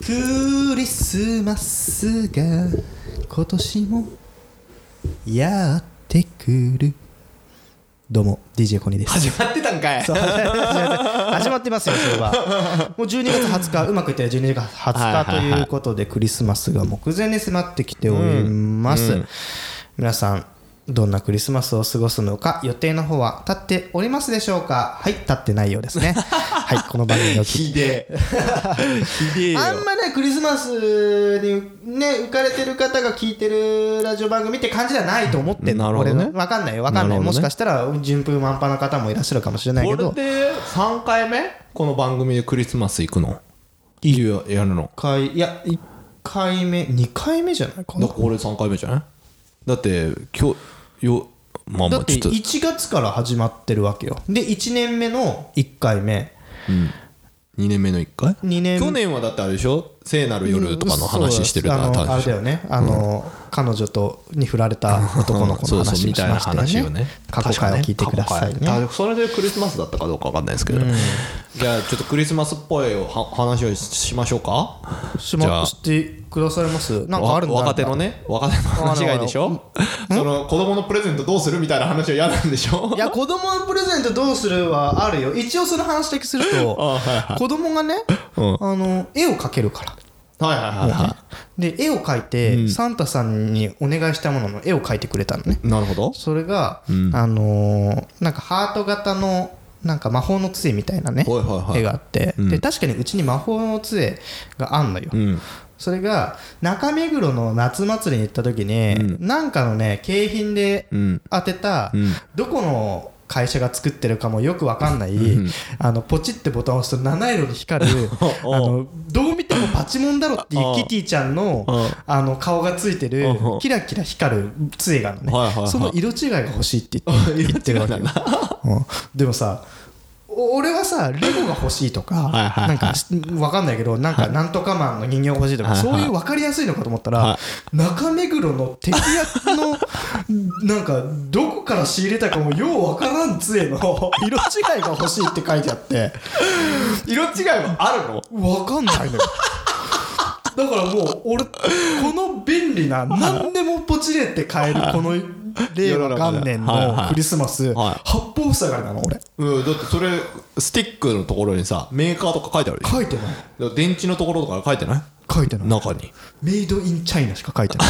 クリスマスが今年もやってくる。どうも DJ コニーです。 始まってたんかい。 そう始まってますよ。それはもう12月20日、うまくいったら12月20日ということでクリスマスが目前に迫ってきております、皆さんどんなクリスマスを過ごすのか、予定の方は立っておりますでしょうか。はい、立ってないようですねはい、この番組を聞いてひでえよ。 あんまねクリスマスにね浮かれてる方が聞いてるラジオ番組って感じではないと思ってんの。 なるほどね。 俺分かんないよ、分かんない、もしかしたら順風満帆な方もいらっしゃるかもしれないけど、 これで3回目この番組でクリスマス行くのやるの。 いや1回目2回目じゃないかな。 だからこれ3回目じゃない。だって今日まあだってまあちょっと 1月から始まってるわけよ。で1年目の1回目、 2年目の1回 2年去年はだってあれでしょ、聖なる夜とかの話してるあな。 れだよね、彼女に振られた男の子の話をしましたよね。過去回を聞いてくださいね。 それでクリスマスだったかどうか分かんないですけど、じゃあちょっとクリスマスっぽい話をしましょうか。 してくださいます。なんかあるんだ。 若手の話がいいでしょ。その子供のプレゼントどうするみたいな話は嫌なんでしょ。 いや子供のプレゼントどうするはあるよ。一応その話だけすると子供がね、絵を描けるから。 はいはいはい。 で絵を描いて、サンタさんにお願いしたものの絵を描いてくれたのね。 なるほど。 それが、なんかハート型のなんか魔法の杖みたいなね、絵があって、で確かにうちに魔法の杖があんのよ、それが中目黒の夏祭りに行った時に、なんかのね景品で当てた、どこの会社が作ってるかもよく分かんない、ポチってボタンを押すと七色に光るどう見てもパチモンだろっていうキティちゃんの顔がついてるキラキラ光る杖があるのね。その色違いが欲しいって言ってるわけよでもさ俺はさレゴが欲しいとかなんか分かんないけどなんかなんとかマンの人形が欲しいとかそういう分かりやすいのかと思ったら中目黒の敵役のなんかどこから仕入れたかもよう分からん杖の色違いが欲しいって書いてあって。 色違いもあるの分かんないのよだからもう俺この便利な何でもポチれって買えるこの令和元年のクリスマス八方塞がりなの俺。 だってそれスティックのところにさメーカーとか書いてあるでしょ。 書いてない。 電池のところとか書いてない。 書いてない。 中にメイドインチャイナしか書いてない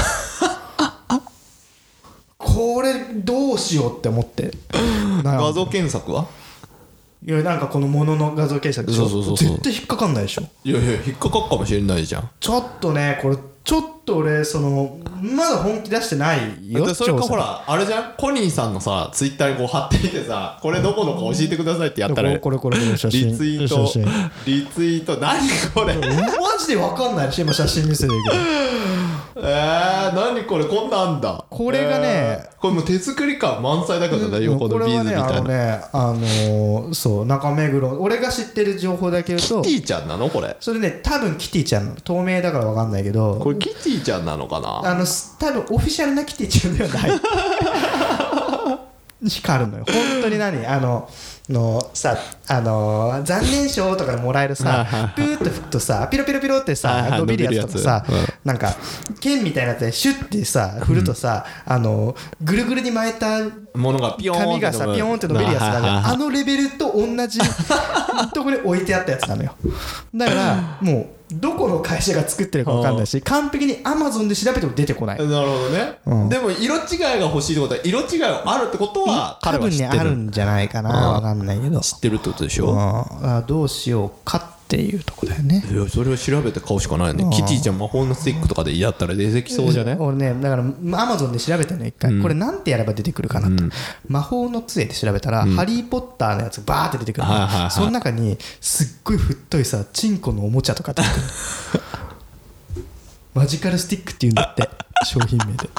これどうしようって思って画像検索はいやなんかこのものの画像検索でしょ。絶対引っかかんないでしょ。 いや引っかかるかもしれないじゃん。 ちょっとねこれちょっと俺まだ本気出してないよ。 それかほらあれじゃん、コニーさんのさツイッターにこう貼ってみてさ、これどこのか教えてくださいってやったらこれ写真リツイート何これマジで分かんないし今写真見せてるけど何これこんなんあんだ。 これがねこれもう手作り感満載だからね、横のビーズみたいな。 そう中目黒俺が知ってる情報だけ言うとキティちゃんなのこれ。 それね多分キティちゃんの透明だから分かんないけどこれキティちゃんなのかな。 多分オフィシャルなキティちゃんではない光るのよ本当に。さ残念賞とかでもらえるさプーッと吹くとさピロピロピロってさ伸びるやつとかさなんか剣みたいなやつでシュッてさ振るとさぐるぐるに巻いたものがピヨーン紙がさピヨーンって伸びるやつがレベルと同じところに置いてあったやつなのよ。だからもうどこの会社が作ってるか分かんないし完璧に Amazon で調べても出てこない。 なるほどね、でも色違いが欲しいってことは色違いがあるってことは彼は知ってる。 多分ねあるんじゃないかな分かんないけど知ってるってことでしょ。 どうしようかっていうとこだよね。 いやそれを調べて買うしかないよね。キティちゃん魔法のスティックとかでやったら出てきそうじゃね。 俺ねだから Amazon で調べたの一回、これなんてやれば出てくるかなと、魔法の杖で調べたら、ハリーポッターのやつバーって出てくるの、その中にすっごい太いさチンコのおもちゃとか出てくるマジカルスティックっていうんだって商品名で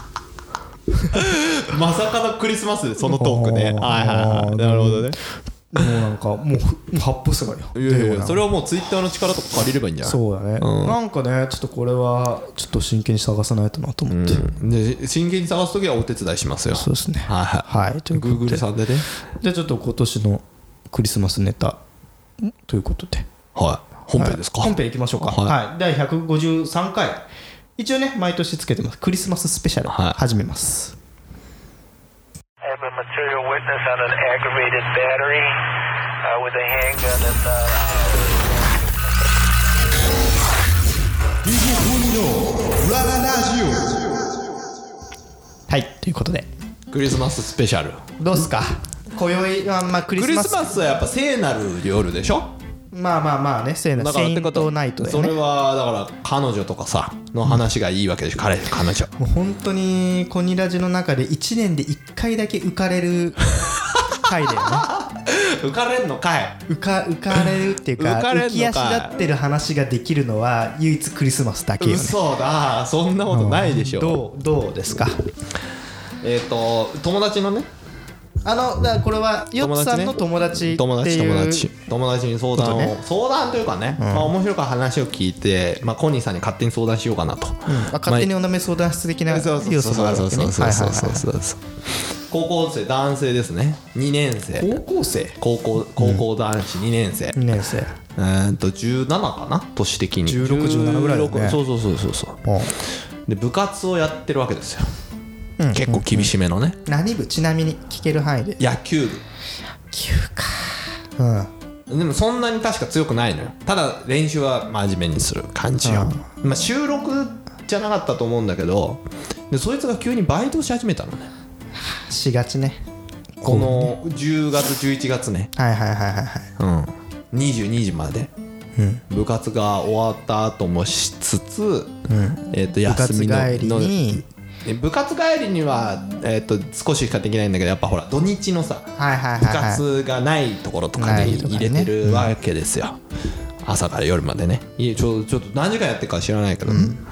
まさかのクリスマスでそのトークね。なるほどね。 もうなんかもう八方塞がりよ。 いやそれはもうツイッターの力とか借りればいいんじゃない。 そうだね、なんかねちょっとこれはちょっと真剣に探さないとなと思って、 で真剣に探すときはお手伝いしますよ。 そうですね。はいということで Google さんでね。 じゃあちょっと今年のクリスマスネタということで本編ですか。 本編いきましょうか。はい、第153回一応ね毎年つけてます。クリスマススペシャル始めます。はい、ということでクリスマススペシャルどうすか。今宵はまあクリスマスはやっぱ聖なる夜でしょ。 まあね、セイントナイトだよね。 それはだから彼女とかさの話がいいわけでしょ。彼女もう本当にコニラジの中で1年で1回だけ浮かれる回だよね。 浮かれんのかい。 浮かれるっていうか浮き足立ってる話ができるのは唯一クリスマスだけよね。 嘘だ、そんなことないでしょ。 どうですか。 友達のね、 だからこれはヨッツさんの友達っていう友達に相談というかね、面白く話を聞いて、コニーさんに勝手に相談しようかなと、 勝手におなめ相談室的な要素があるわけね。 高校生男性ですね。2年生高校男子2年生17かな、年的に 16、17ぐらいだね。 そうで部活をやってるわけですよ。結構厳しめのね。 何部、ちなみに聞ける範囲で。 野球部か。でもそんなに確か強くないのよ。ただ練習は真面目にする感じよ。週6じゃなかったと思うんだけど、でそいつが急にバイトし始めたのね。 4月ね。 この10月11月ね。22時まで部活が終わった後もしつつ、休みの部活帰りには、少ししかできないんだけど、やっぱほら土日のさ、部活がないところとかに入れてるわけですよ。朝から夜までね。ちょっと何時間やってるか知らないけど、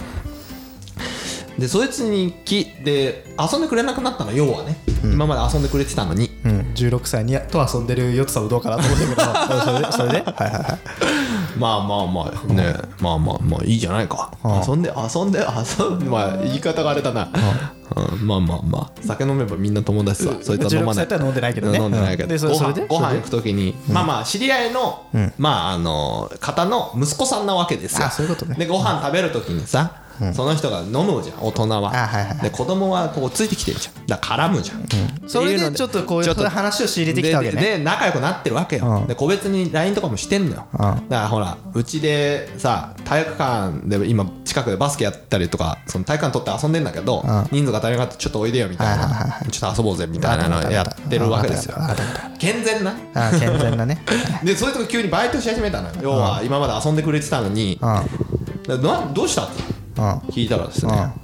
でそいつにで遊んでくれなくなったの。要はね、今まで遊んでくれてたのに、 16歳にと遊んでるヨッツさんもどうかなと思ったけどそれでまあいいじゃないか。遊んで言い方があれだな。酒飲めばみんな友達さ。そいつは飲まない。 16歳は飲んでないけどね。 ご飯行くときに知り合いの方の息子さんなわけですよ。でご飯食べるときにさ、その人が飲むじゃん、大人は。で子供はこうついてきてるじゃん。だから絡むじゃん。 それでちょっとこういう話を仕入れてきたわけね。 で仲良くなってるわけよ。で個別に LINE とかもしてんのよ。だからほらうちでさ、体育館で今近くでバスケやったりとか、その体育館取って遊んでんだけど、人数が足りなかったらちょっとおいでよみたいな、ちょっと遊ぼうぜみたいなのやってるわけですよ。健全なね。 でそいつが急にバイトし始めたのよ。要は今まで遊んでくれてたのに、どうしたって聞いたらですね、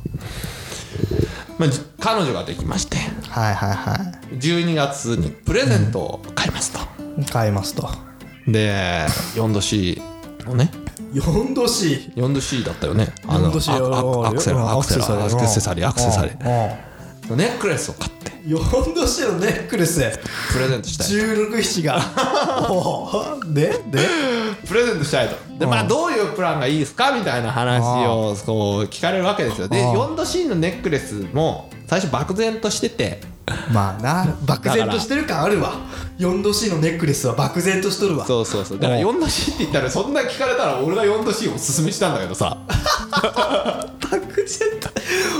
彼女ができまして、12月にプレゼントを買いますと。で4度 C のね、 4度 C だったよね。 アクセサリーのネックレスを買って 4度 C のネックレスプレゼントしたい。 16、7がでプレゼントしたいと。でどういうプランがいいですかみたいな話をこう聞かれるわけですよ。で4度 C のネックレスも最初漠然としてて、 漠然としてる感あるわ。4度 C のネックレスは漠然としとるわ。 そうだから4度 C って言ったら、そんな聞かれたら俺が4度 C をおすすめしたんだけどさ漠然と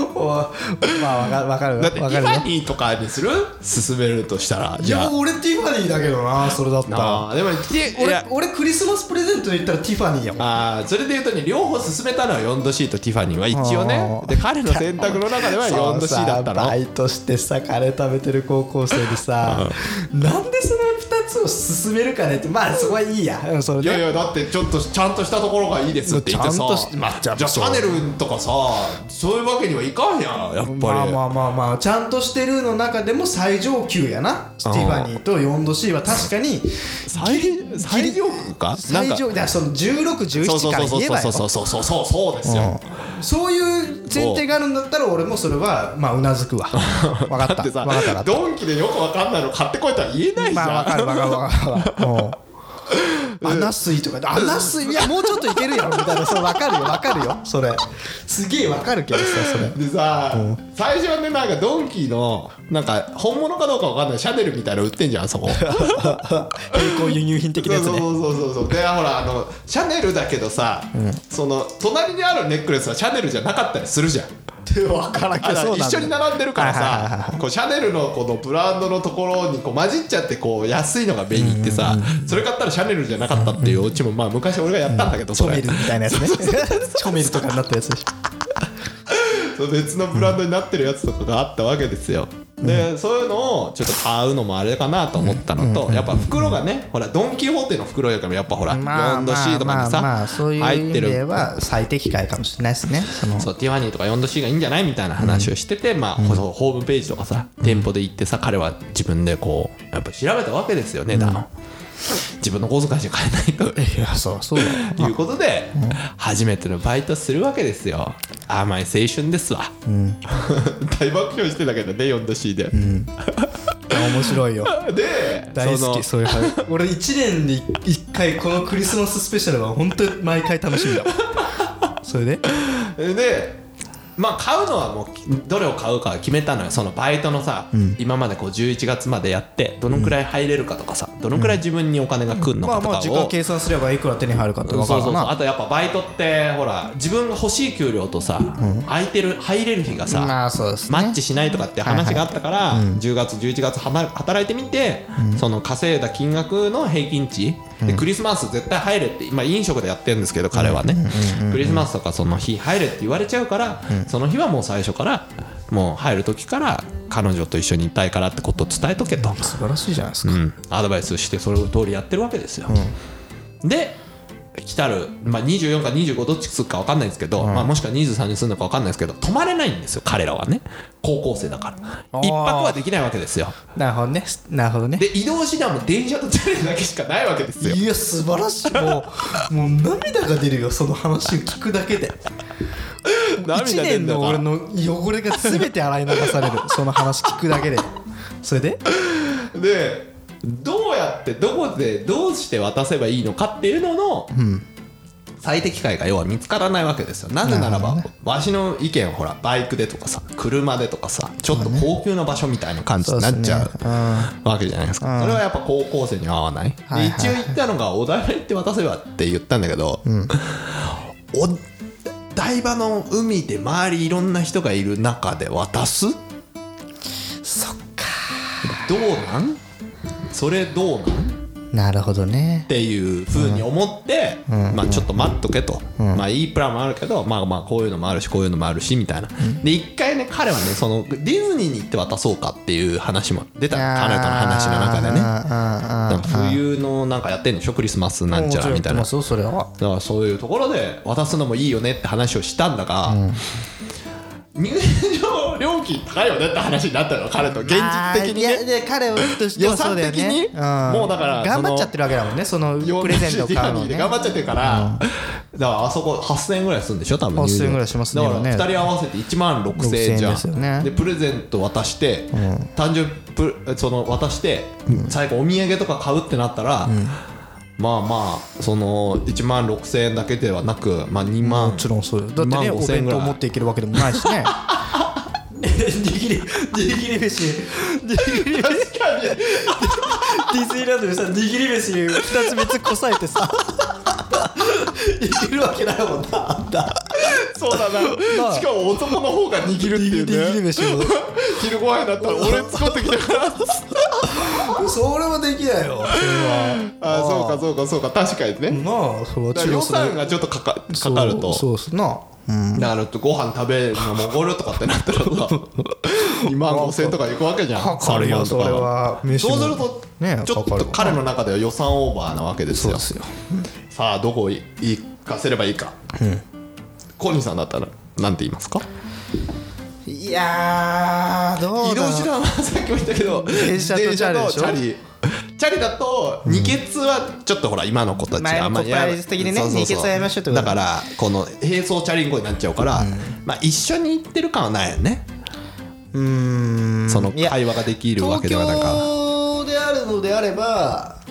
分かる。 だってティファニーとかにする？勧めるとしたら。 いや俺ティファニーだけどな、それだったら。 でも俺クリスマスプレゼントで言ったらティファニーやもん。 それで言うとね、両方勧めたのは4度 C とティファニーは一応ね。で彼の選択の中では4度 C だったの。 バイトしてさ、カレー食べてる高校生にさなんでその2つを勧めるかねって。そこはいいや。 いやだってちゃんとしたところがいいですって言ってさ、じゃあシャネルとかさ、そういうわけにはいかんやん、やっぱり。 ちゃんとしてるの中でも最上級やな。ティファニーと4度 C は確かに最上級か。 最上級。その16、11から言えばよ。 そうですよ。 そういう前提があるんだったら俺もそれはうなずくわ。分かった。 だってさ、ドンキでよく分かんないの買ってこいとは言えないじゃん。 分かる。 アナ水とかアナ水いやもうちょっといけるやろみたいなそれ分かるよそれすげえ分かるけどさそれでさ、最初はねなんかドンキーのなんか本物かどうか分かんないシャネルみたいなの売ってんじゃんそこ並行輸入品的なやつねそうでほらシャネルだけどさ、その隣にあるネックレスはシャネルじゃなかったりするじゃん分からんけど一緒に並んでるからさこうシャネルのこのブランドのところにこう混じっちゃってこう安いのが目にいってさ、それ買ったらシャネルじゃなかったっていうオチもまあ昔俺がやったんだけど、 チョメルみたいなやつねチョメルとかになったやつでしょ別のブランドになってるやつとかがあったわけですよ。でそういうのをちょっと買うのもあれかなと思ったのと、やっぱ袋がねほらドン・キホーテの袋よりもやっぱほら4度 C とかにさそういう意味では最適解かもしれないですね。 そうティファニーとか4度 C がいいんじゃないみたいな話をしてて、まあホームページとかさ店舗で行ってさ彼は自分でこうやっぱ調べたわけですよ値段を。自分の小遣いじゃ買えないといやそうだいうことで初めてのバイトするわけですよ。甘い青春ですわ、大爆笑してたけどね 4°C で、面白いよで大好きそういう俺1年に1回このクリスマススペシャルは本当に毎回楽しみだそれでまあ買うのはもうどれを買うか決めたのよ。そのバイトのさ、今までこう11月までやってどのくらい入れるかとかさ、どのくらい自分にお金が来るのかとかを、まあ時間計算すればいくら手に入るかって分かるかな。 あとやっぱバイトってほら自分が欲しい給料とさ、入れる日がさ、マッチしないとかって話があったから、10月11月働いてみて、その稼いだ金額の平均値でクリスマス絶対入れって今飲食でやってるんですけど彼はね、クリスマスとかその日入れって言われちゃうから、その日はもう最初からもう入る時から彼女と一緒にいたいからってことを伝えとけと素晴らしいじゃないですか、 アドバイスしてそれ通りやってるわけですよ、で来たる、まあ、24か25どっちするか分かんないんですけど、まあ、もしくは23にするのか分かんないですけど泊まれないんですよ彼らはね。高校生だから一泊はできないわけですよ。 なるほどね。 で移動手段も電車とチャリだけしかないわけですよ。 いや素晴らしいもう涙が出るよその話を聞くだけで1年の俺の汚れが全て洗い流されるその話聞くだけで。それでどうやってどこでどうして渡せばいいのかっていうのの最適解が要は見つからないわけですよ。なぜならばわしの意見ほらバイクでとかさ車でとかさちょっと高級な場所みたいな感じになっちゃうわけじゃないですか。それはやっぱ高校生には合わない。で一応言ったのがお台場行って渡せばって言ったんだけど、お台場の海で周りいろんな人がいる中で渡す？ そっかどうなんそれどうなんなるほどねっていう風に思って、まあちょっと待っとけと、まあいいプランもあるけどまあこういうのもあるしこういうのもあるしみたいな、で一回ね彼はねそのディズニーに行って渡そうかっていう話も出た彼との話の中でね。なんか冬のなんかやってんでしょクリスマスなんちゃらみたいな。 それはだからそういうところで渡すのもいいよねって話をしたんだが、入場料金高いよねって話になったの彼と現実的にね。 で彼としてはそうだよね。 予算的にもうだから頑張っちゃってるわけだもんねそのプレゼントを買うのね。 頑張っちゃってるから、だからあそこ8000円ぐらいするんでしょ多分。 8000円ぐらいしますね。 だから2人合わせて1万6000円じゃんですよね。でプレゼント渡して、誕生日その渡して、最後お土産とか買うってなったら、まあその1万6000円だけではなく、まあ2万もちろんそうよ。だってねお弁当持っていけるわけでもないしね握り飯確かにディズニーランドでさ握り飯2つ3つこさえてさいけるわけないもんなあんた。 そうだなしかも男の方が握るっていうね握り飯を昼ご飯だったら俺作ってきたからそれはできないよ。 そうか確かにね。 まあそれは予算がちょっとかかるとそうっすな。 だからご飯食べるのもおごるとかってなったらさ2万5000円とかいくわけじゃん。 かかるよそれは。 そうするとちょっと彼の中では予算オーバーなわけですよ。さあどこ行かせればいいか。コニーさんだったらなんて言いますか？ いやーどうだろう。 移動手段はさっきも言ったけど電車とチャリでしょ。 チャリだと二欠はちょっとほら今の子たちがあんまりやらない。 的にね二欠はやりましょうってことだからこの並走チャリンコになっちゃうから、まあ一緒に行ってる感はないよね。その会話ができるわけではなんか。 東京であるのであれば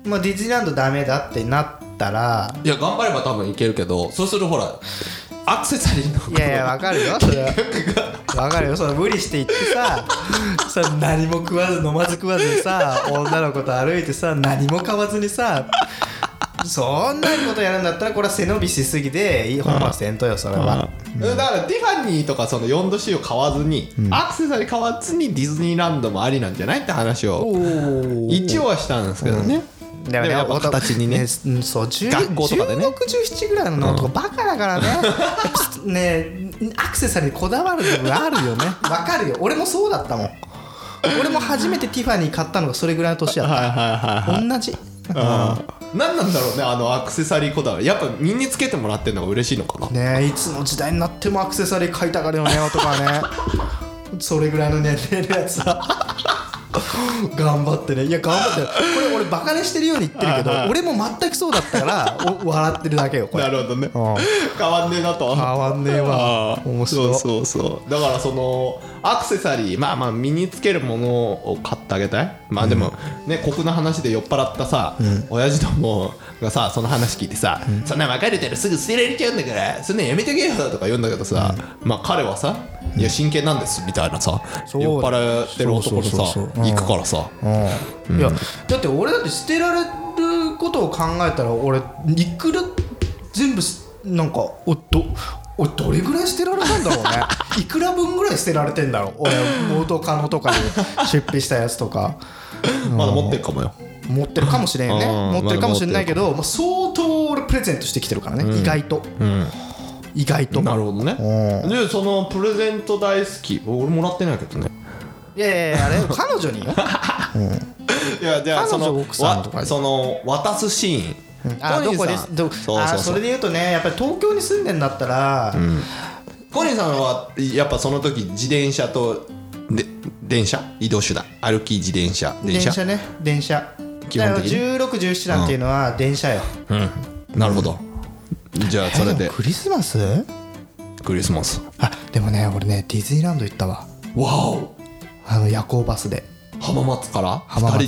まあ、ディズニーランドダメだってなったら、 いや頑張れば多分いけるけど、そうするとほらアクセサリーのいやいや分かるよそれは分かるよ、その無理して行ってさ何も食わず飲まず食わずにさ女の子と歩いてさ何も買わずにさそんなことやるんだったらこれは背伸びしすぎで本末転倒よそれは。 だからティファニーとかその 4°C を買わずに、アクセサリー買わずにディズニーランドもありなんじゃないって話を一応はしたんですけどね。でもやっぱ形にね、 そう学校とかでね 16、17ぐらいの男バカだからねねアクセサリーにこだわる部分あるよね。わかるよ、俺もそうだったもん。俺も初めてティファニー買ったのがそれぐらいの年だった。同じ。 何なんだろうね、あのアクセサリーこだわり。やっぱ身につけてもらってるのが嬉しいのかな。 ね、いつの時代になってもアクセサリー買いたがるよね男はねそれぐらいの年齢のやつは頑張ってね。いや頑張ってこれ俺バカにしてるように言ってるけど俺も全くそうだったから笑ってるだけよこれ。 なるほどね、変わんねえなと。 変わんねえわ。面白い。 そうだからそのアクセサリー、まあ身につけるものを買ってあげたい。まあでもね、酷な話で酔っ払ったさ、親父どもがさその話聞いてさ、そんな別れたらすぐ捨てられちゃうんだからそんなやめとけよとか言うんだけどさ、まあ彼はさいや真剣なんですみたいなさ、酔っ払ってる男とさ行くからさ、 いやだって俺だって捨てられることを考えたら俺いくら全部なんか俺どれぐらい捨てられたんだろうねいくら分ぐらい捨てられてんだろう俺元カノとかに出費したやつとかまだ持ってるかもよ。 持ってるかもしれんよね。持ってるかもしれないけど、まあ、相当俺プレゼントしてきてるからね、意外と、意外と。 なるほどね。でそのプレゼント大好き。俺もらってないけどね。 いやいやあれ彼女によいやじゃあその奥さんとかその渡すシーン、 どこですそれで言うとね、やっぱり東京に住んでんだったら、 コニーさんはやっぱその時自転車と電車移動手段、歩き自転車電車ね、電車基本的に 16、17なんていうのは電車よ。 なるほど。じゃあそれでクリスマスあでもね俺ねディズニーランド行ったわ。 わお。 夜行バスで浜松から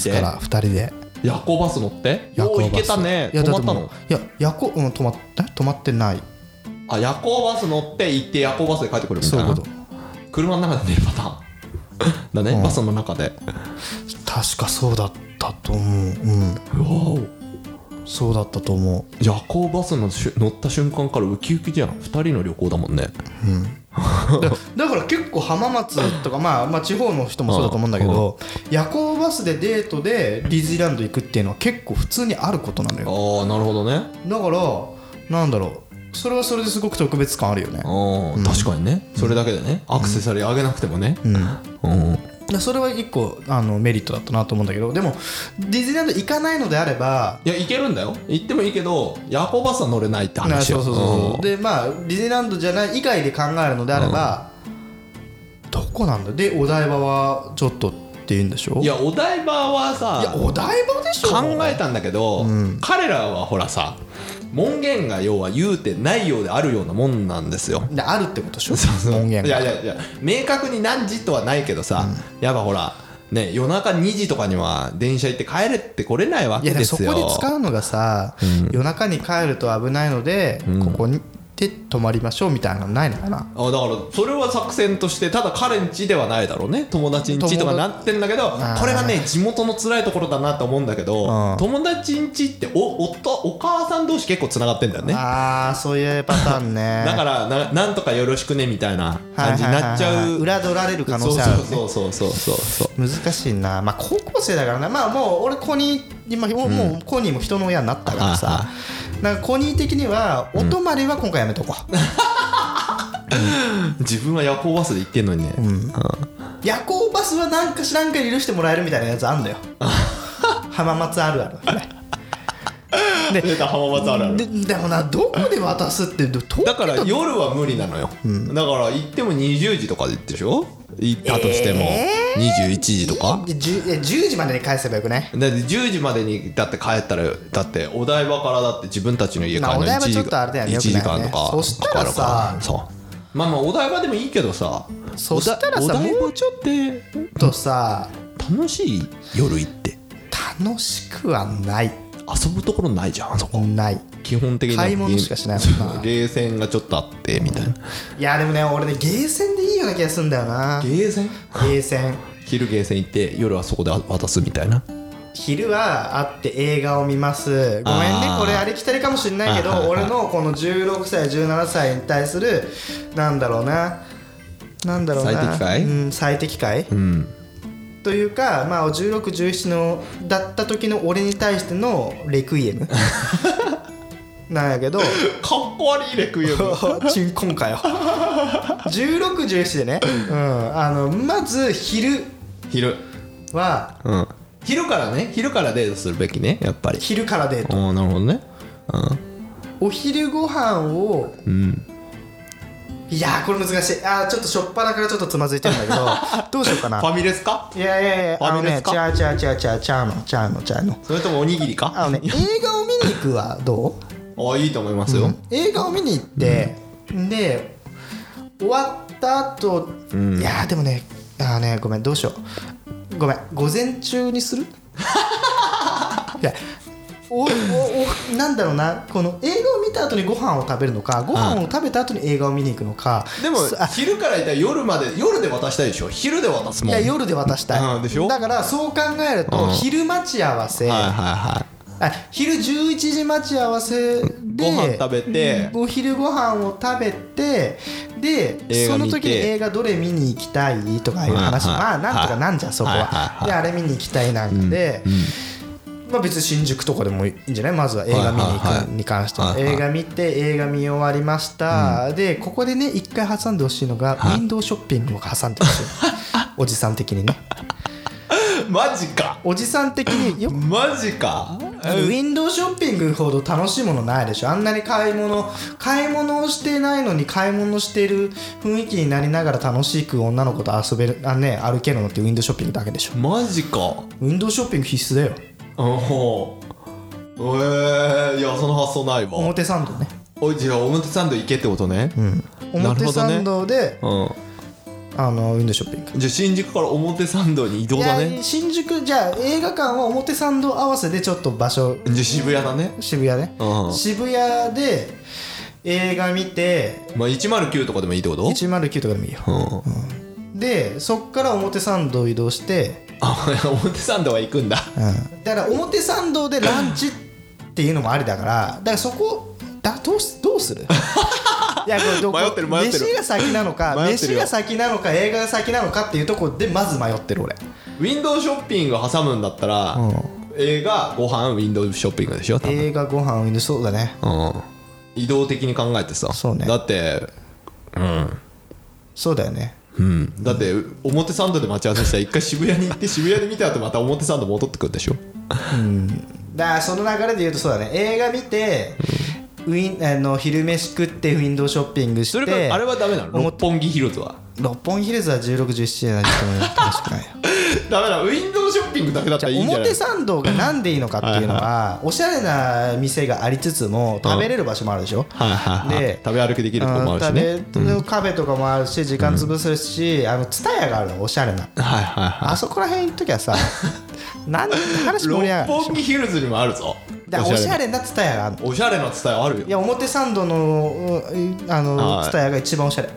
2人で夜行バス乗って行けたね。泊まったの？ いや夜行泊まってない。 あ夜行バス乗って行って夜行バスで帰ってくるみたいな。 そういうこと。 車の中で寝るパターンだね、バスの中で。 確かそうだったと思う。そうだったと思う。 夜行バスの乗った瞬間からウキウキじゃん。2人の旅行だもんね。 だから結構浜松とか、まあ地方の人もそうだと思うんだけど、夜行バスでデートでディズニーランド行くっていうのは結構普通にあることなのよ。 ああなるほどね。 だからなんだろう、それはそれですごく特別感あるよね。 確かにね、それだけでね、アクセサリーあげなくてもね。 それは一個メリットだったなと思うんだけど、でもディズニーランド行かないのであれば、 いや行けるんだよ、行ってもいいけど夜行バスは乗れないって話よ。 そうでまあディズニーランドじゃない以外で考えるのであれば、どこなんだでお台場はちょっとって言うんでしょ。 いやお台場はさ、 いやお台場でしょ。 考えたんだけど、彼らはほらさ門限が要は言うてないようであるようなもんなんですよ。 であるってことでしょ。門限が。 いや明確に何時とはないけどさ、やっぱほらね、夜中2時とかには電車行って帰れって来れないわけですよ。 いやでもそこで使うのがさ、夜中に帰ると危ないので、ここにで泊まりましょうみたいなのないのかな。 だからそれは作戦として、ただ彼ん家ではないだろうね、友達ん家とかなってんだけど、これがね地元の辛いところだなと思うんだけど、友達ん家ってお母さん同士結構つながってんだよね。 そういうパターンね。 だからなんとかよろしくねみたいな感じになっちゃう。 裏取られる可能性あるね。 そう難しいな。まあ高校生だからな。まあもう俺コニーもうコニーも人の親になったからさ、なんかコニー的にはお泊まりは今回やめとこう。 自分は夜行バスで行ってんのにね。 夜行バスはなんか知らんけど許してもらえるみたいなやつあんだよ。浜松あるあるで浜松あるあるでもな、どこで渡すってだから夜は無理なのよ、だから行っても20時とかででしょ。行ったとしても21時とか、 10時までに返せばよくね。 だって10時までにだって帰ったら、だってお台場からだって自分たちの家帰るの1時間とかそしたらさ、 まあお台場でもいいけどさ、 そしたらさ、もうちょっとさ楽しい夜行って。 楽しくはない。 遊ぶところないじゃん、あそこ。 ない。 基本的に買い物しかしないもんな。 ゲーセンがちょっとあってみたいな。 いやでもね、俺ねゲーセンでいいような気がするんだよな。 ゲーセン？ ゲーセン。 昼ゲーセン行って夜はそこで渡すみたいな。 昼は会って映画を見ます。ごめんね、これありきたりかもしれないけど、俺のこの16歳17歳に対するなんだろうな最適解？ 最適解、というか、まあ16、17のだった時の俺に対してのレクイエムなんやけど、かっこ悪いレクイエムチンコンかよ16、17でね、まず昼は、 昼からデートするべきね、やっぱり。 昼からデート。 なるほどね。 お昼ご飯を、いやーこれ難しい。ちょっとしょっぱなからちょっとつまずいてるんだけどどうしようかな。 ファミレスか？ いやファミレスか？ 違うの。 それともおにぎりか？ 映画を見に行くはどう？いいと思いますよ。 映画を見に行って、で終わった後、いやでもね、ごめん、どうしよう。ごめん、午前中にする？いやなんだろうな、この映画を見た後にご飯を食べるのか、ご飯を食べた後に映画を見に行くのか。 でも昼からいったら夜で渡したいでしょ。昼で渡すもん。 いや夜で渡したい、 でしょ。 だからそう考えると、昼待ち合わせ、昼11時待ち合わせでご飯食べて、 お昼ご飯を食べて、でその時に映画どれ見に行きたいとかいう話、まあなんとかなんじゃんそこは。であれ見に行きたいなんかで、まあ別に新宿とかでもいいんじゃない。まずは映画見に行くに関しては、映画見て映画見終わりました、でここでね一回挟んでほしいのが、ウィンドウショッピングを挟んでほしいおじさん的にね。 マジか。 おじさん的によ。 マジか。 ウィンドウショッピングほど楽しいものないでしょ。あんなに買い物をしてないのに買い物してる雰囲気になりながら楽しく女の子と遊べる歩けるのってウィンドウショッピングだけでしょ。 マジか。 ウィンドウショッピング必須だよ。 いやその発想ないわ。 表参道ね。 じゃあ表参道行けってことね。 表参道で、ウィンドウショッピング。 じゃあ新宿から表参道に移動だね。 いや新宿、じゃあ映画館は表参道合わせでちょっと場所。 じゃあ渋谷だね。 渋谷ね、渋谷で映画見て、 まあ109とかでもいいってこと？ 109 とかでもいいよ、でそっから表参道移動して、 表参道は行くんだ、 だから表参道でランチっていうのもありだから、だからそこどうするいやこれ迷ってる飯が先なのか、飯が先なのか映画が先なのかっていうところでまず迷ってる俺。 ウィンドウショッピング挟むんだったら、映画ご飯ウィンドウショッピングでしょ。 映画ご飯ウィンドウ、そうだね、 移動的に考えてさ。 そうね。 だってそうだよね。 だって表参道で待ち合わせしたら一回渋谷に行って渋谷で見た後また表参道戻ってくるでしょ。 だからその流れで言うとそうだね。映画見て、昼飯食ってウィンドウショッピングして。 それからあれはダメなの？六本木ヒルズは。 六本木ヒルズは16、17じゃないと楽しくないよ。 ダメだ。ウィンドウショッピングだけだったらいいんじゃない？ 表参道がなんでいいのかっていうのはおしゃれな店がありつつも食べれる場所もあるでしょ。 で食べ歩きできるとこもあるしね。 カフェとかもあるし時間潰せるし、ツタヤがあるのおしゃれな。あそこら辺行っときゃさ話盛り上がる。 六本木ヒルズにもあるぞ。 おしゃれなツタヤがあるの。 おしゃれなツタヤあるよ。 いや表参道のツタヤが一番おしゃれ。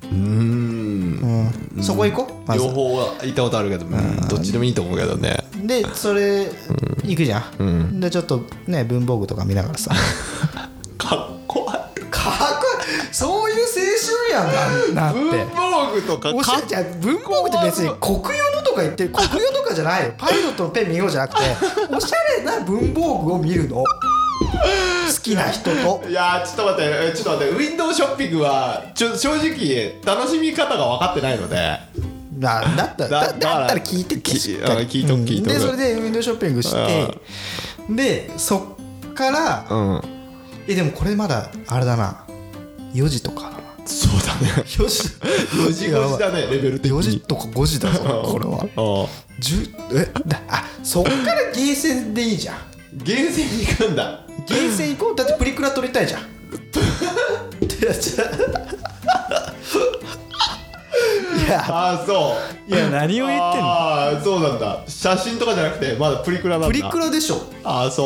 そこ行こう。 両方は行ったことあるけど、どっちでもいいと思うけどね。 でそれ行くじゃん、でちょっとね文房具とか見ながらさかっこ悪い。 そういう青春やんなって。 文房具とかじゃ文房具って別に国用のとか言って国用とかじゃないよ。パイロットのペン見ようじゃなくておしゃれな文房具を見るの好きな人と。 いやちょっと待ってウィンドウショッピングは正直楽しみ方が分かってないので、 だったら聞いて聞いとくでそれでウィンドウショッピングして、でそっから、でもこれまだあれだな、4時とかだな。 そうだね。4時だね、レベル的に。 4時とか5時だぞこれは。そっからゲーセンでいいじゃん。 ゲーセンに行くんだ。 ゲーセン行こう。だってプリクラ撮りたいじゃん。いやそういや何を言ってんの。 そうなんだ。写真とかじゃなくてまだプリクラなんだ。 プリクラでしょ。 そう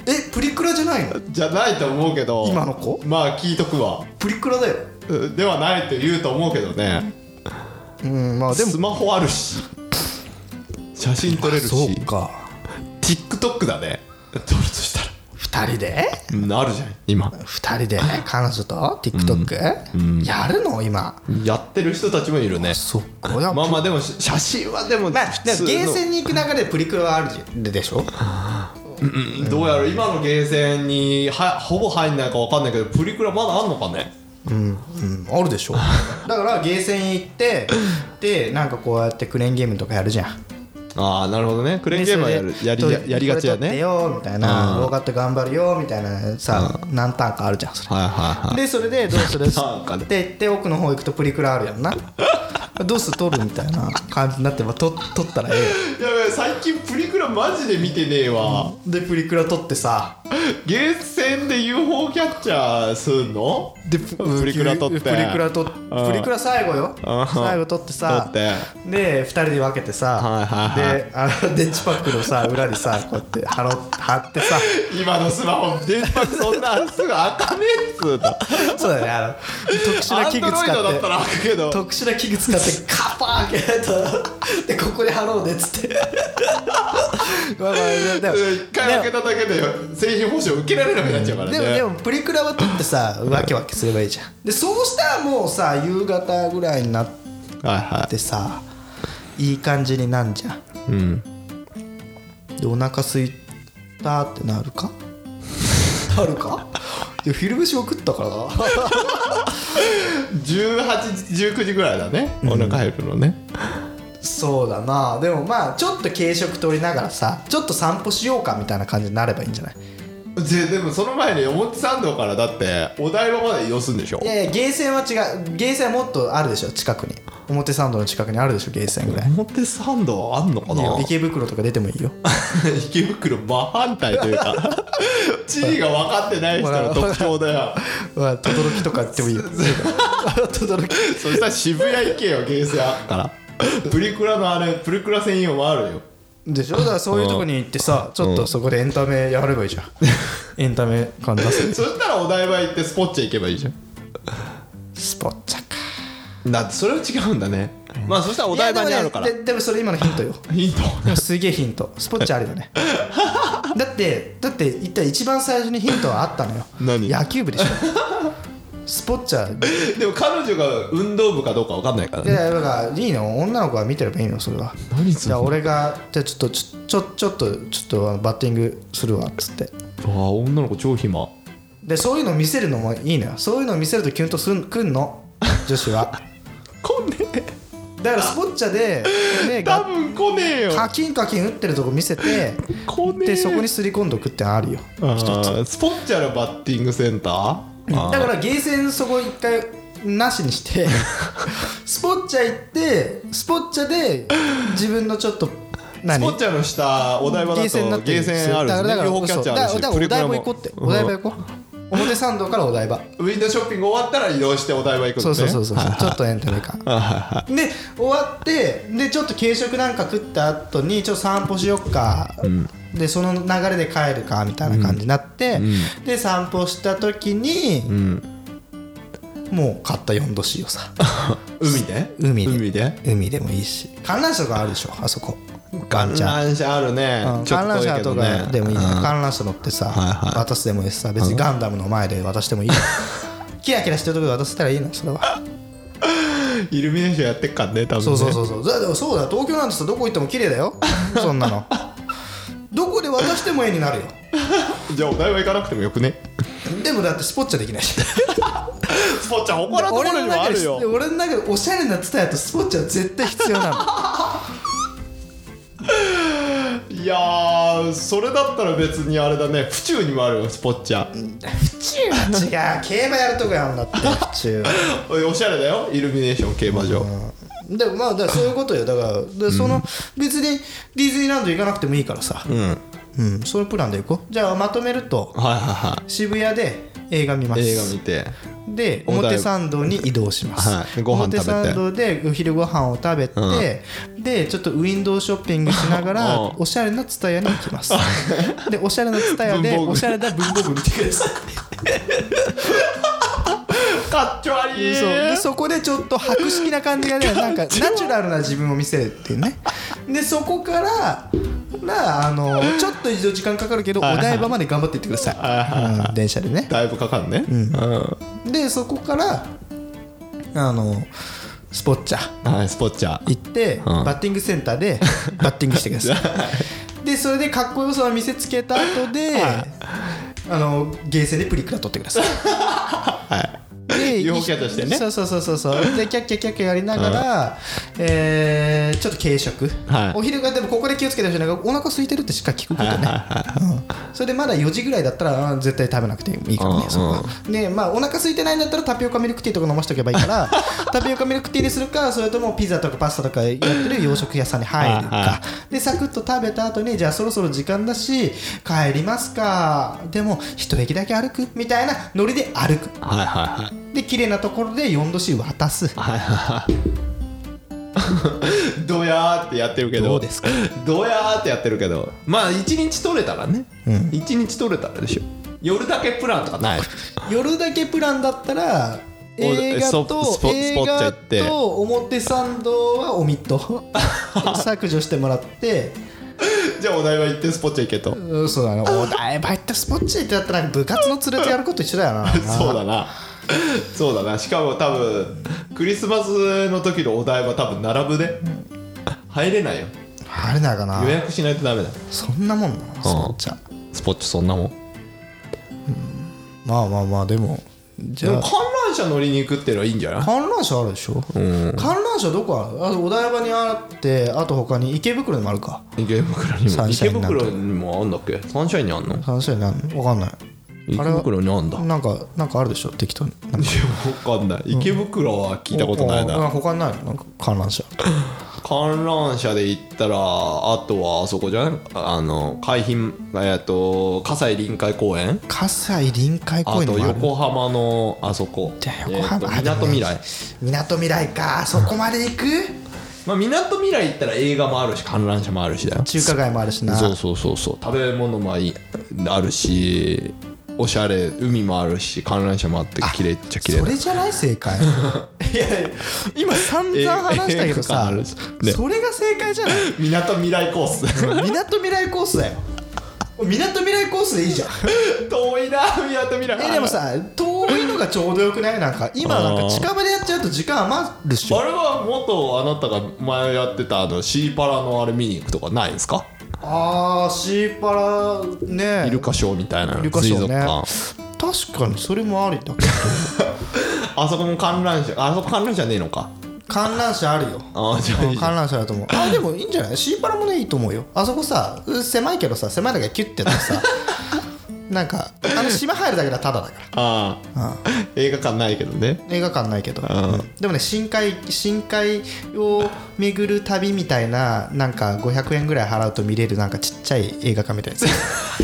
プリクラじゃないの？ じゃないと思うけど、 今の子まあ聞いとくわ。 プリクラだよ。 ではないと言うと思うけどね。 まあでもスマホあるし写真撮れるし、 そうか TikTok だね、撮るとしたら 2人で、 あるじゃん今。 2人で彼女と TikTok、やるの今やってる人たちもいるね。 そっか。 まあまあでも写真はでもまあゲーセンに行く流れでプリクラはあるでしょ。 どうやら今のゲーセンにほぼ入んないか分かんないけど、プリクラまだあんのかね。 あるでしょ。だからゲーセン行ってでなんかこうやってクレーンゲームとかやるじゃん。 ああなるほどね。クレーンゲームはやりがちだね。 これ撮ってよみたいな、動画って頑張るよみたいなさ、何ターンかあるじゃんそれ。でそれでどうするって言って奥の方行くとプリクラあるやんな。どうする撮るみたいな感じになって撮ったらええよ。 やばい最近プリクラマジで見てねえわ。 でプリクラ撮ってさ、 ゲーセンで UFO キャッチャーすんの？ でプリクラ撮ってプリクラ最後よ。最後撮ってさ、で2人で分けてさ、で電池パックのさ裏にさこうやって貼ってさ、 今のスマホ電池パックそんなすぐ開かねえっつうの。 そうだね、特殊な器具使って Android だったら開くけど、 特殊な器具使ってカパー開けないとでここで貼ろうねっつって。まあ一回開けただけで製品保証受けられなくなっちゃうからね。 でもプリクラは撮ってさわけわけすればいいじゃん。でそうしたらもうさ夕方ぐらいになってさ、いい感じになんじゃん。でお腹すいたってなるかなるか。いや昼飯を食ったからな。 18時19時ぐらいだね、お腹入るのね。 そうだな。でもまあちょっと軽食取りながらさちょっと散歩しようかみたいな感じになればいいんじゃない？ でもその前に表参道からだってお台場まで移動するんでしょ。 いやゲーセンは違う。ゲーセンはもっとあるでしょ。近くに表参道の近くにあるでしょゲーセンぐらい。 表参道あんのかな。 池袋とか出てもいいよ。 池袋真反対というか地位が分かってない人の特徴だよ。 等々力とか行ってもいいよ。等々力。 そしたら渋谷行けよゲーセンあっから。プリクラのプリクラ専用もあるよ。 でしょ。だからそういうとこに行ってさちょっとそこでエンタメやればいいじゃん。エンタメ感出す。 そしたらお台場行ってスポッチャ行けばいいじゃん。 スポッチャか。 だってそれは違うんだね。まあそしたらお台場にあるから。 でもそれ今のヒントよ。 ヒント。 すげえヒント。スポッチャあるよね。だって一体一番最初にヒントはあったのよ。 何？ 野球部でしょ。スポッチャ。 でも彼女が運動部かどうか分かんないからね。 いやだからいいの、女の子が見てればいいのそれは。 何それ。 じゃあ俺がじゃあちょっとバッティングするわっつって。 ああ女の子超暇でそういうの見せるのもいいのよ。そういうの見せるとキュンとくんの女子は。 来ねえ。 だからスポッチャで、ね、 多分来ねえよ。 カキン打ってるとこ見せて来ねえ。 でそこにすり込んどくってのあるよ。 スポッチャのバッティングセンター。 だからゲーセンそこ一回なしにしてスポッチャ行ってスポッチャで自分のちょっとスポッチャの下お台場だとゲーセンあるんですね。両方キャッチャーあるし。 だからお台場行こうって。お台場行こう。表参道からお台場。 ウィンドウショッピング終わったら移動してお台場行くんですね。 そうちょっとエンタメ感で終わってでちょっと軽食なんか食った後にちょっと散歩しよっか、でその流れで帰るかみたいな感じになって、で散歩した時に、もう買った4度 C をさ海でもいいし観覧車とかあるでしょあそこ。 観覧車あるね。 観覧車とかでもいいね。観覧車乗ってさ渡すでもいいしさ、別にガンダムの前で渡してもいいよ。キラキラしてるとこで渡せたらいいのそれは。 イルミネーションやってっかんね多分ね。 そうだよ。東京なんてさどこ行っても綺麗だよ。そんなのどこで渡しても絵になるよ。 じゃあお台場行かなくてもよくね。 でもだってスポッチャできないし。 スポッチャ他のところにもあるよ。 俺の中でおしゃれなツタヤとスポッチャは絶対必要なの。 いやーそれだったら別にあれだね。府中にもあるよスポッチャ。 府中は違う。競馬やるとこやんだって府中。 おしゃれだよイルミネーション競馬場。 でもまあだからそういうことよ。だからでその別にディズニーランド行かなくてもいいからさ、そういうプランで行こう。じゃあまとめると、渋谷で映画見ます。 映画見てで表参道に移動します、 はい、ご飯食べて表参道でお昼ご飯を食べて、でちょっとウィンドウショッピングしながらおしゃれなツタヤに行きますでおしゃれなツタヤでおしゃれな文房具見てくださいかっちょ悪い。 そこでちょっと博識な感じがね、なんかナチュラルな自分を見せるっていうね。でそこからちょっと移動時間かかるけどお台場まで頑張っていってください、電車でね。 だいぶかかるね、 でそこからスポッチャスポッチャ行って、バッティングセンターでバッティングしてくださいでそれでかっこよさを見せつけた後でゲーセンでプリクラ撮ってください陽キャとしてね。 そうでキャッキャキャッキャやりながら、ちょっと軽食、お昼がでもここで気をつけてほしいのがお腹空いてるってしっかり聞くことね、それでまだ4時ぐらいだったら絶対食べなくていいからね、でまあお腹空いてないんだったらタピオカミルクティーとか飲ましとけばいいからタピオカミルクティーにするか、それともピザとかパスタとかやってる洋食屋さんに入るかでサクッと食べた後にじゃあそろそろ時間だし帰りますか、でも一駅だけ歩くみたいなノリで歩く、で綺麗なところで4度 C 渡す、 ドヤーってやってるけど、 どうですか、 ドヤーってやってるけど、まあ1日取れたらね、1日取れたらでしょ。夜だけプランとかない？ 夜だけプランだったら映画と表参道はオミット削除してもらってじゃあお台場行ってスポッチャ行けと。 そうだね、お台場行ってスポッチャ行ってやったら部活の連れてやること一緒だよなそうだな。しかも多分クリスマスの時のお台場多分並ぶで入れないよ。 入れないかな。 予約しないとダメだ。 そんなもんなの、スポッチャ。 スポッチャそんなもん。 まあでもじゃあ観覧車乗りに行くっていうのはいいんじゃない？ 観覧車あるでしょ。観覧車どこある？お台場にあって、あと他に池袋にもあるか。 池袋にも。池袋にもあんだっけ？サンシャインにあんの？ サンシャインにあんの？わかんない。 池袋にあんだ。 なんかあるでしょ、適当に。 わかんない。池袋は聞いたことないな。 他にないの？なんか観覧車。 観覧車で行ったら、あとはあそこじゃない？海浜、葛西臨海公園？ 葛西臨海公園もある。 あと横浜のあそこ。 じゃあ横浜、 みなとみらい。 みなとみらいか、そこまで行く？ まあみなとみらい行ったら映画もあるし観覧車もあるしだよ。 中華街もあるしな。 そう食べ物もあるし、おしゃれ海もあるし観覧車もあって綺麗っちゃ綺麗だ。 それじゃない正解いや今散々話したけどさ、それが正解じゃない。 みなとみらいコースみなとみらいコースだよ。みなとみらいコースでいいじゃん遠いなみなとみらい。 でもさ、遠いのがちょうどよくない？なんか今なんか近場でやっちゃうと時間余るっしょ。 あれは元あなたが前やってたシーパラのあれ見に行くとかないんですか？ シーパラね、 イルカショーみたいな、 イルカショーね、確かにそれもありだけどあそこも観覧車、あそこ観覧車ねえのか。 観覧車あるよ。 じゃあいい。 観覧車だと思う。でもいいんじゃない？シーパラもねいいと思うよ。あそこさ狭いけどさ、狭いだけキュッてやってさなんか島入るだけだタダだから。 映画館ないけどね。 映画館ないけど、でもね深海を巡る旅みたいな、なんか500円ぐらい払うと見れるなんかちっちゃい映画館みたいなや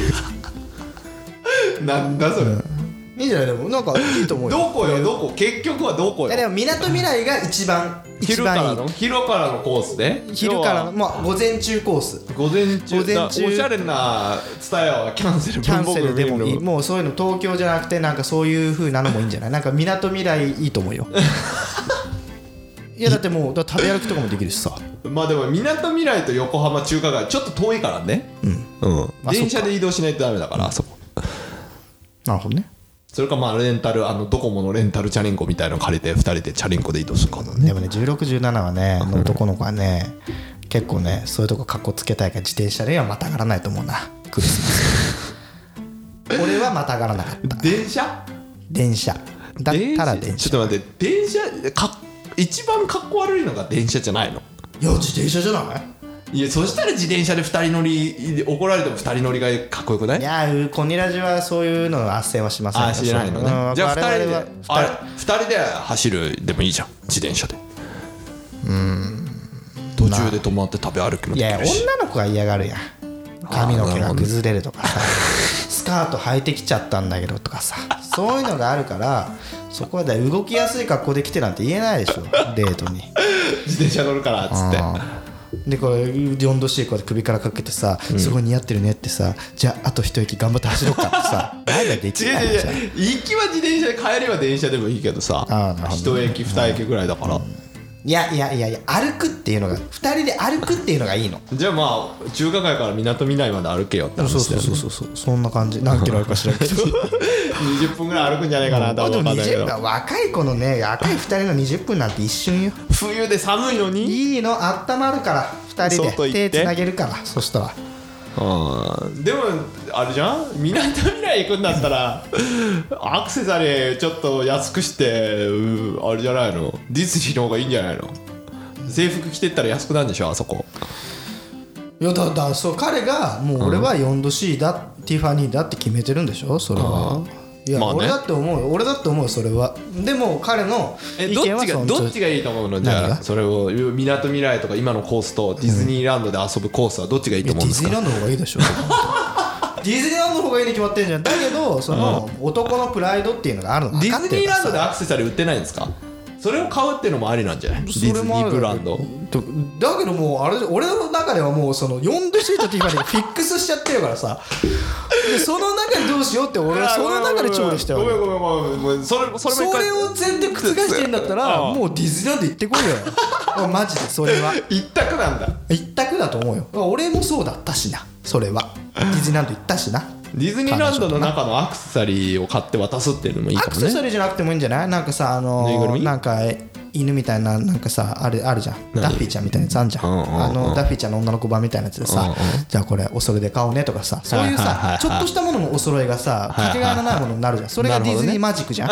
つなんだそれ、 いいんじゃない？でもなんかいいと思うよ。 どこよどこ？結局はどこよ？ でもみなとみらいが一番いい。 昼からのコースで？ 昼からの、まあ午前中コース。 午前中おしゃれなツタヤはキャンセルでもいい。もうそういうの東京じゃなくてなんかそういう風なのもいいんじゃない？なんかみなとみらいいいと思うよいやだってもう食べ歩きとかもできるしさ。 まあでもみなとみらいと横浜中華街ちょっと遠いからね。電車で移動しないとダメだから、あそこ。 なるほどね。 それかまあレンタルドコモのレンタルチャリンコみたいなの借りて2人でチャリンコで移動するからね。 でもね16、17はねの男の子はね結構ねそういうとこかっこつけたいから自転車ではまたがらないと思うな、クリスマス俺はまたがらなかった。 電車だったら電車。 ちょっと待って、電車一番かっこ悪いのが電車じゃないの？ いや自転車じゃない？ いやそしたら自転車で2人乗り怒られても2人乗りがかっこよくない？ いやコニラジはそういうの斡旋はしません。 しないのね。じゃあ2人で走るでもいいじゃん、自転車で。途中で止まって食べ歩きもできるし。 いや女の子が嫌がるやん。髪の毛が崩れるとかさスカート履いてきちゃったんだけどとかさ、 そういうのがあるからそこはだ動きやすい格好で来てなんて言えないでしょデートに自転車乗るからっつってでこれ4度 C こうやって首からかけてさ、すごい似合ってるねってさ、じゃああと一息頑張って走ろうかってさ何ができないじゃん。 行きは自転車で帰りは電車でもいいけどさ、一駅二駅ぐらいだから、 いや歩くっていうのが2人で歩くっていうのがいいの。 じゃあまあ中華街からみなとみらいまで歩けよって話だよね。 そうそんな感じ。何キロあるか知らんけど 20分ぐらい歩くんじゃないかなと思うんだけど、 若い子のね若い2人の20分なんて一瞬よ。 冬で寒いのにいいの温まるから2人で手つなげるから。そしたらでもあれじゃん、みなとみらい行くんだったらアクセサリーちょっと安くしてあれじゃないの、ディズニーの方がいいんじゃないの。制服着てったら安くなるんでしょあそこ。 いやだそう彼がもう俺は 4°C だ、ティファニーだって決めてるんでしょそれは。いや、まあね、俺だって思うそれは。でも彼の意見はどっちがいいと思うの。じゃあそれをみなとみらいとか今のコースとディズニーランドで遊ぶコースはどっちがいいと思うんですか。 ディズニーランドの方がいいでしょディズニーランドの方がいいに決まってるじゃん。だけどその男のプライドっていうのがあるの分かってるからさ。ディズニーランドでアクセサリー売ってないんですか。それを買うっていうのもありなんじゃない。ディズニーブランドだけどもうあれ俺の中ではもうその 4°C とティファニーフィックスしちゃってるからさでその中でどうしようって俺はその中で調理してる。 ごめんそれを前提覆してんだったらもうディズニーランド行ってこいよマジで。それは一択なんだ。 一択だと思うよ。俺もそうだったしな。それはディズニーランド行ったしな。 ディズニーランドの中のアクセサリーを買って渡すっていうのもいいかもね。 アクセサリーじゃなくてもいいんじゃない。なんかさなんか犬みたいななんかさあるじゃん。ダッフィーちゃんみたいなやつあんじゃん。ダッフィーちゃんの女の子版みたいなやつでさ、じゃあこれお揃いで買おうねとかさ、そういうさちょっとしたもののお揃いがさかけがえのないものになるじゃん。それがディズニーマジックじゃん。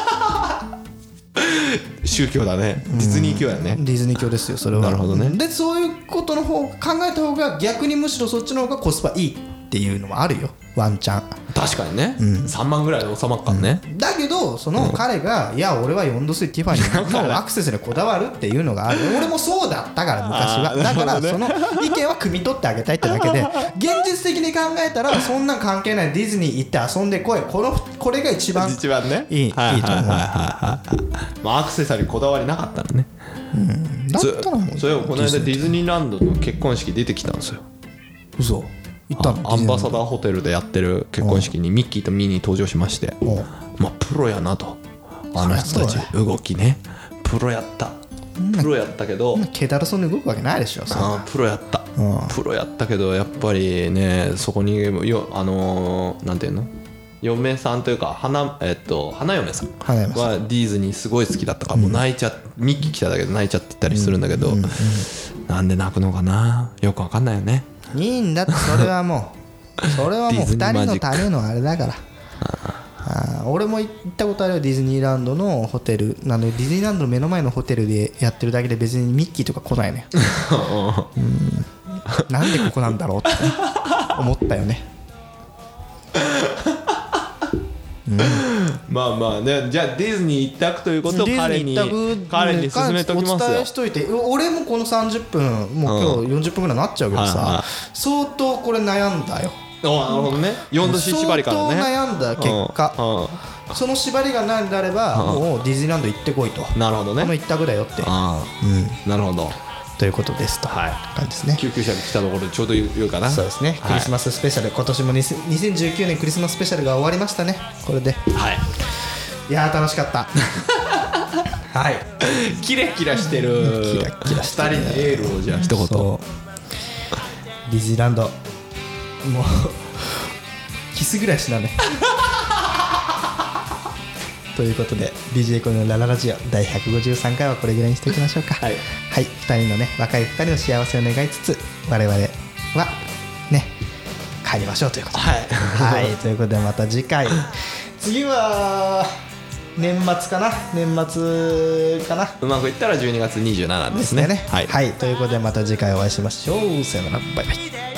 宗教だね。ディズニー教やね。 ディズニー教ですよそれは。 なるほどね。 でそういうことの方考えた方が逆にむしろそっちの方がコスパいいっていうのもあるよワンチャン。 確かにね、3万ぐらいで収まっかんね、 だけどその彼がいや俺は 4°C ティファニーのアクセスにこだわるっていうのがある。俺もそうだったから昔は。だからその意見は汲み取ってあげたいってだけで現実的に考えたらそんなん関係ない。ディズニー行って遊んでこい。これが一番ねいいと思う。 まあアクセサリーこだわりなかったのね。 だったらもうそれをこの間ディズニーランドの結婚式出てきたんですよ。 嘘行ったの。 アンバサダーホテルでやってる結婚式にミッキーとミニー登場しまして、まあプロやなと。あの人たち動きねプロやったけど気だるそうに動くわけないでしょ。 プロやったけどやっぱりねそこになんていうの嫁さんというか花嫁さんはディズニーすごい好きだったからもう泣いちゃミッキー来ただけで泣いちゃってたりするんだけど、なんで泣くのかなよくわかんないよね。 いいんだってそれはもう2人のためのあれだから俺も行ったことあるよ。ディズニーランドのホテルなのでディズニーランドの目の前のホテルでやってるだけで別にミッキーとか来ないねなんでここなんだろうって思ったよねまあまあね。じゃあディズニー一択ということを彼に勧めときますよ。 お伝えしといて。俺もこの30分もう今日40分ぐらいになっちゃうけどさ、相当これ悩んだよ。 なるほどね。4°C 縛りからね相当悩んだ結果、その縛りがないんであればもうディズニーランド行ってこいと。 なるほどね。 この一択だよって。 なるほどということですと感じですね。 救急車が来たところでちょうど言うかな。 そうですね。クリスマススペシャル今年も2019年クリスマススペシャルが終わりましたねこれで。いや楽しかったはいキラキラしてる2人にエールをじゃあ一言。 ディズニーランドもうキスぐらいしなねということで BJ コネのラララジオ第153回はこれぐらいにしておきましょうか。はい、2人のね若い2人の幸せを願いつつ我々はね帰りましょうということではいということでまた次回次は年末かなうまくいったら12月27ですね。 はいということでまた次回お会いしましょう。さよならバイバイ。